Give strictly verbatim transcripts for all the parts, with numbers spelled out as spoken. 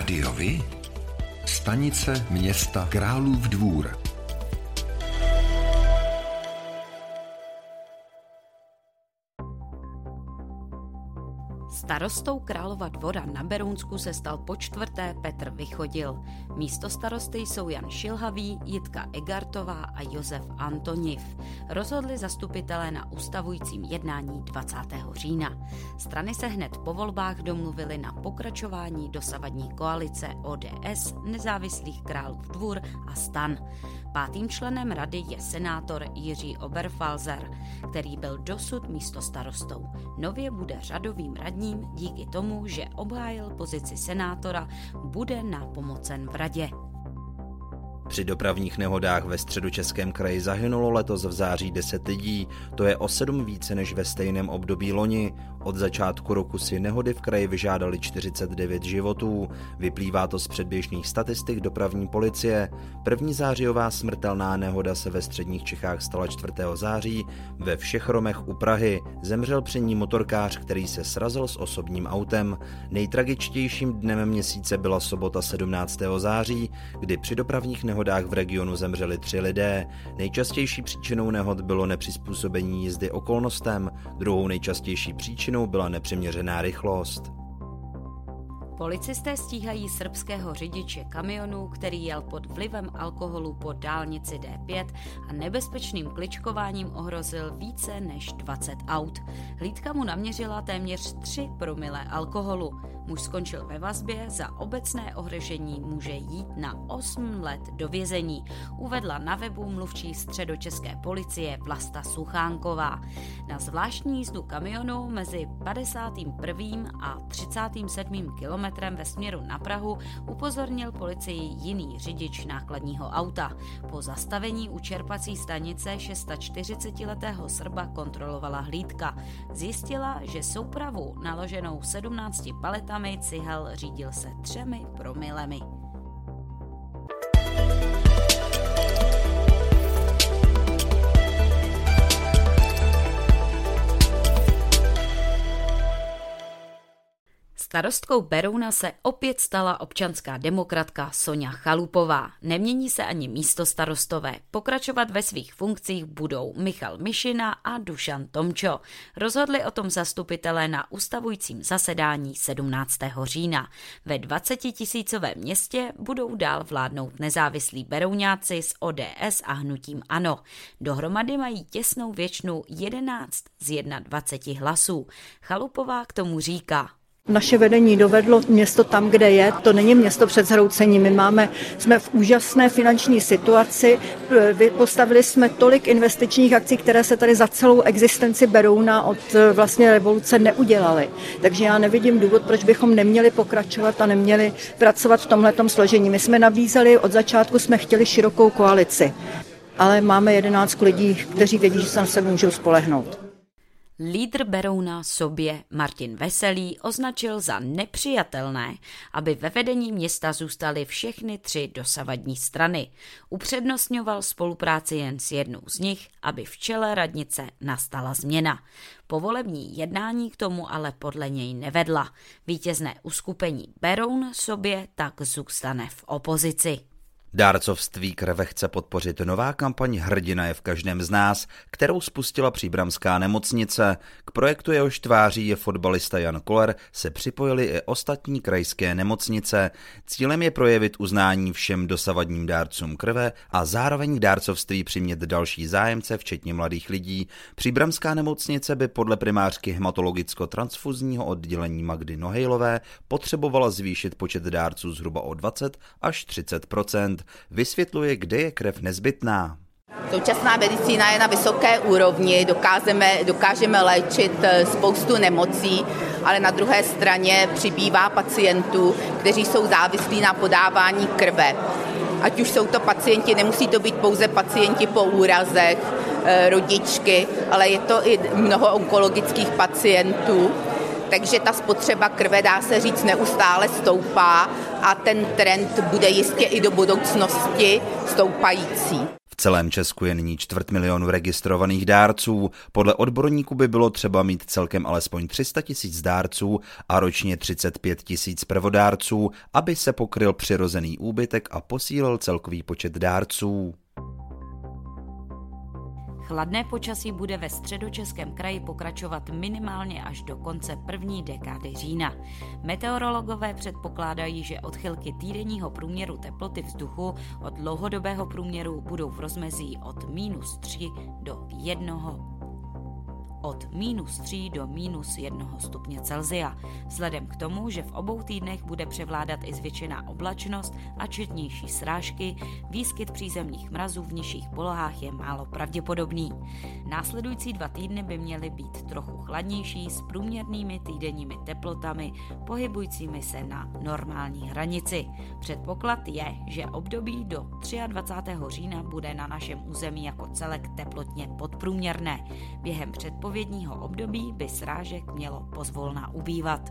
Rádiovi? Stanice města Králův Dvůr. Starostou Králova Dvora na Berounsku se stal počtvrté Petr Vychodil. Místo starosty jsou Jan Šilhavý, Jitka Egartová a Josef Antoniv. Rozhodli zastupitelé na ustavujícím jednání dvacátého října. Strany se hned po volbách domluvily na pokračování dosavadní koalice O D S, Nezávislých Králův Dvůr a STAN. Pátým členem rady je senátor Jiří Oberfalzer, který byl dosud místostarostou. Nově bude řadovým radním díky tomu, že obhájil pozici senátora, bude nápomocen v radě. Při dopravních nehodách ve Středočeském kraji zahynulo letos v září deset lidí, to je o sedm více než ve stejném období loni. Od začátku roku si nehody v kraji vyžádaly čtyřicet devět životů. Vyplývá to z předběžných statistik dopravní policie. První zářijová smrtelná nehoda se ve středních Čechách stala čtvrtého září ve Všechromech u Prahy. Zemřel při ní motorkář, který se srazil s osobním autem. Nejtragičtějším dnem měsíce byla sobota sedmnáctého září, kdy při dopravních nehodách v regionu zemřeli tři lidé. Nejčastější příčinou nehod bylo nepřizpůsobení jízdy okolnostem, druhou nejčastější příčinou byla nepřiměřená rychlost. Policisté stíhají srbského řidiče kamionu, který jel pod vlivem alkoholu po dálnici D pět a nebezpečným kličkováním ohrozil více než dvacet aut. Hlídka mu naměřila téměř tři promile alkoholu. Muž skončil ve vazbě, za obecné ohrožení může jít na osm let do vězení, uvedla na webu mluvčí středočeské policie Vlasta Suchánková. Na zvláštní jízdu kamionu mezi padesátým prvním a třicátým sedmým kilometrem ve směru na Prahu upozornil policii jiný řidič nákladního auta. Po zastavení u čerpací stanice čtyřicetišestiletého Srba kontrolovala hlídka. Zjistila, že soupravu naloženou sedmnácti paletami cihel řídil se třemi promilemi. Starostkou Berouna se opět stala občanská demokratka Soňa Chalupová. Nemění se ani místostarostové. Pokračovat ve svých funkcích budou Michal Mišina a Dušan Tomčo. Rozhodli o tom zastupitelé na ustavujícím zasedání sedmnáctého října. Ve dvacetitisícovém městě budou dál vládnout nezávislí berouňáci s O D S a hnutím ANO. Dohromady mají těsnou většinu jedenáct z dvaceti jedna hlasů. Chalupová k tomu říká: Naše vedení dovedlo město tam, kde je. To není město před zhroucením. My máme, jsme v úžasné finanční situaci. Postavili jsme tolik investičních akcí, které se tady za celou existenci Berouna od vlastně revoluce neudělaly. Takže já nevidím důvod, proč bychom neměli pokračovat a neměli pracovat v tomhletom složení. My jsme nabízeli, od začátku jsme chtěli širokou koalici, ale máme jedenáct lidí, kteří vědí, že se na sebe můžou spolehnout. Lídr Berouna sobě Martin Veselý označil za nepřijatelné, aby ve vedení města zůstaly všechny tři dosavadní strany. Upřednostňoval spolupráci jen s jednou z nich, aby v čele radnice nastala změna. Povolební jednání k tomu ale podle něj nevedla. Vítězné uskupení Beroun sobě tak zůstane v opozici. Dárcovství krve chce podpořit nová kampaň Hrdina je v každém z nás, kterou spustila příbramská nemocnice. K projektu jehož tváří je fotbalista Jan Koller se připojili i ostatní krajské nemocnice. Cílem je projevit uznání všem dosavadním dárcům krve a zároveň k dárcovství přimět další zájemce, včetně mladých lidí. Příbramská nemocnice by podle primářky hematologicko-transfuzního oddělení Magdy Nohejlové potřebovala zvýšit počet dárců zhruba o dvacet až třicet procent. Vysvětluje, kde je krev nezbytná. Současná medicína je na vysoké úrovni, dokážeme, dokážeme léčit spoustu nemocí, ale na druhé straně přibývá pacientů, kteří jsou závislí na podávání krve. Ať už jsou to pacienti, nemusí to být pouze pacienti po úrazech, rodičky, ale je to i mnoho onkologických pacientů. Takže ta spotřeba krve, dá se říct, neustále stoupá a ten trend bude jistě i do budoucnosti stoupající. V celém Česku je nyní čtvrt milionu registrovaných dárců. Podle odborníků by bylo třeba mít celkem alespoň tři sta tisíc dárců a ročně třicet pět tisíc prvodárců, aby se pokryl přirozený úbytek a posílil celkový počet dárců. Chladné počasí bude ve Středočeském kraji pokračovat minimálně až do konce první dekády října. Meteorologové předpokládají, že odchylky týdenního průměru teploty vzduchu od dlouhodobého průměru budou v rozmezí od minus tři do jednoho. Od minus tří do minus jednoho stupně Celsia. Vzhledem k tomu, že v obou týdnech bude převládat i zvětšená oblačnost a četnější srážky, výskyt přízemních mrazů v nižších polohách je málo pravděpodobný. Následující dva týdny by měly být trochu chladnější s průměrnými týdenními teplotami pohybujícími se na normální hranici. Předpoklad je, že období do dvacátého třetího října bude na našem území jako celek teplotně podprůměrné. Během předpovědního období by srážek mělo pozvolna ubývat.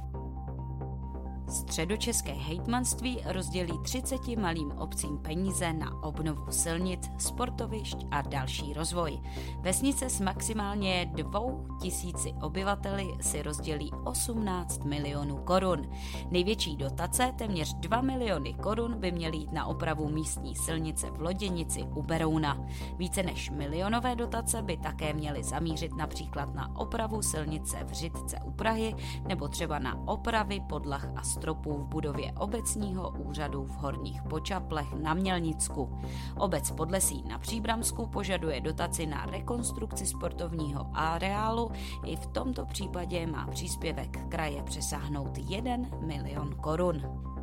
Středočeské hejtmanství rozdělí třiceti malým obcím peníze na obnovu silnic, sportovišť a další rozvoj. Vesnice s maximálně dvou tisíci obyvateli si rozdělí osmnáct milionů korun. Největší dotace, téměř dva miliony korun, by měly jít na opravu místní silnice v Loděnici u Berouna. Více než milionové dotace by také měly zamířit například na opravu silnice v Řitce u Prahy nebo třeba na opravy podlah a stropů v budově obecního úřadu v Horních Počaplech na Mělnicku. Obec Podlesí na Příbramsku požaduje dotaci na rekonstrukci sportovního areálu. I v tomto případě má příspěvek kraje přesáhnout jeden milion korun.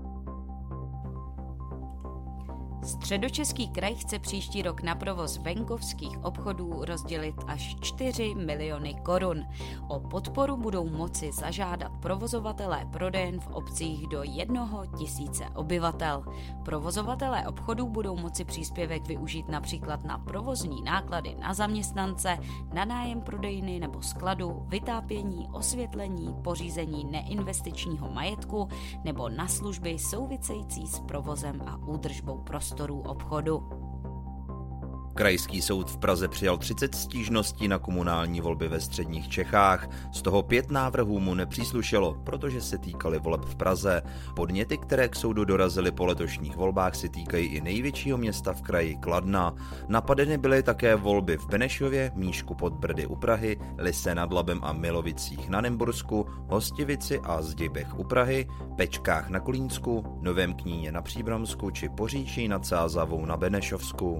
Středočeský kraj chce příští rok na provoz venkovských obchodů rozdělit až čtyři miliony korun. O podporu budou moci zažádat provozovatelé prodejen v obcích do jednoho tisíce obyvatel. Provozovatelé obchodů budou moci příspěvek využít například na provozní náklady na zaměstnance, na nájem prodejny nebo skladu, vytápění, osvětlení, pořízení neinvestičního majetku nebo na služby související s provozem a údržbou prostoru obchodu. Krajský soud v Praze přijal třicet stížností na komunální volby ve středních Čechách. Z toho pět návrhů mu nepříslušelo, protože se týkaly voleb v Praze. Podněty, které k soudu dorazily po letošních volbách, se týkají i největšího města v kraji Kladna. Napadeny byly také volby v Benešově, Míšku pod Brdy u Prahy, Lise nad Labem a Milovicích na Nymbursku, Hostivici a Zděbech u Prahy, Pečkách na Kolínsku, Novém Kníně na Příbramsku či Poříčí nad Sázavou na Benešovsku.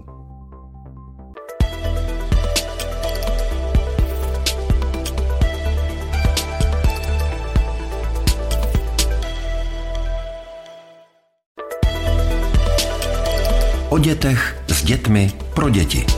O dětech, s dětmi, pro děti.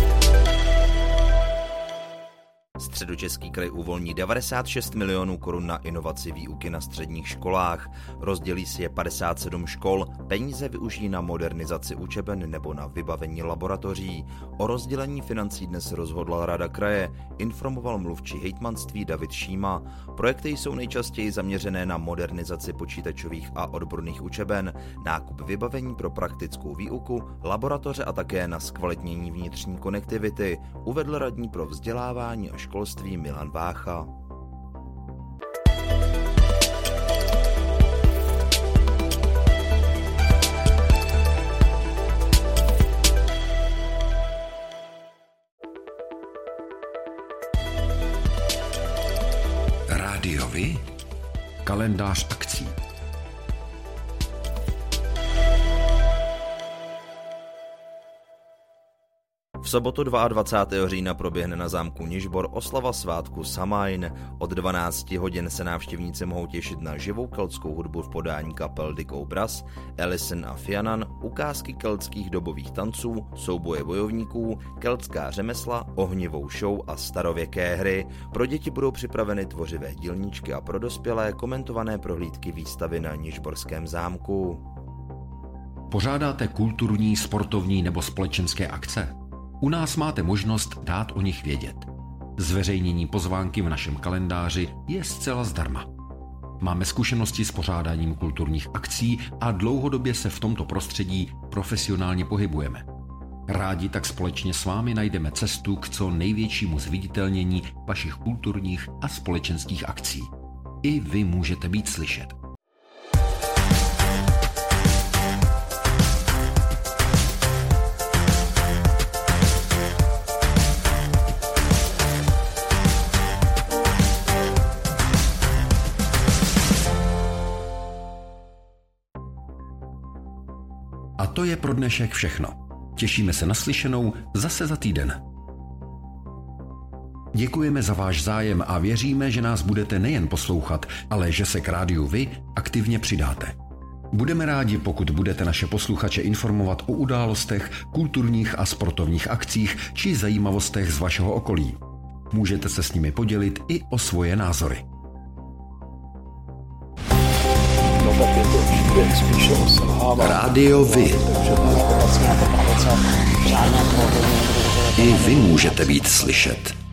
Středočeský kraj uvolní devadesát šest milionů korun na inovaci výuky na středních školách. Rozdělí si je padesát sedm škol, peníze využijí na modernizaci učeben nebo na vybavení laboratoří. O rozdělení financí dnes rozhodla Rada kraje, informoval mluvčí hejtmanství David Šíma. Projekty jsou nejčastěji zaměřené na modernizaci počítačových a odborných učeben, nákup vybavení pro praktickou výuku, laboratoře a také na zkvalitnění vnitřní konektivity, uvedl radní pro vzdělávání a školství Milan Vácha. Rádiovi kalendář akcí. V sobotu dvacátého druhého října proběhne na zámku Nižbor oslava svátku Samhain. Od dvanácti hodin se návštěvníci mohou těšit na živou keltskou hudbu v podání kapel Dick O'Brass, Ellison a Fianan, ukázky keltských dobových tanců, souboje bojovníků, keltská řemesla, ohnivou show a starověké hry. Pro děti budou připraveny tvořivé dílničky a pro dospělé komentované prohlídky výstavy na Nižborském zámku. Pořádáte kulturní, sportovní nebo společenské akce? U nás máte možnost dát o nich vědět. Zveřejnění pozvánky v našem kalendáři je zcela zdarma. Máme zkušenosti s pořádáním kulturních akcí a dlouhodobě se v tomto prostředí profesionálně pohybujeme. Rádi tak společně s vámi najdeme cestu k co největšímu zviditelnění vašich kulturních a společenských akcí. I vy můžete být slyšet. A to je pro dnešek všechno. Těšíme se na slyšenou zase za týden. Děkujeme za váš zájem a věříme, že nás budete nejen poslouchat, ale že se k rádiu vy aktivně přidáte. Budeme rádi, pokud budete naše posluchače informovat o událostech, kulturních a sportovních akcích či zajímavostech z vašeho okolí. Můžete se s nimi podělit i o svoje názory. Rádio Vy. I vy můžete být slyšet.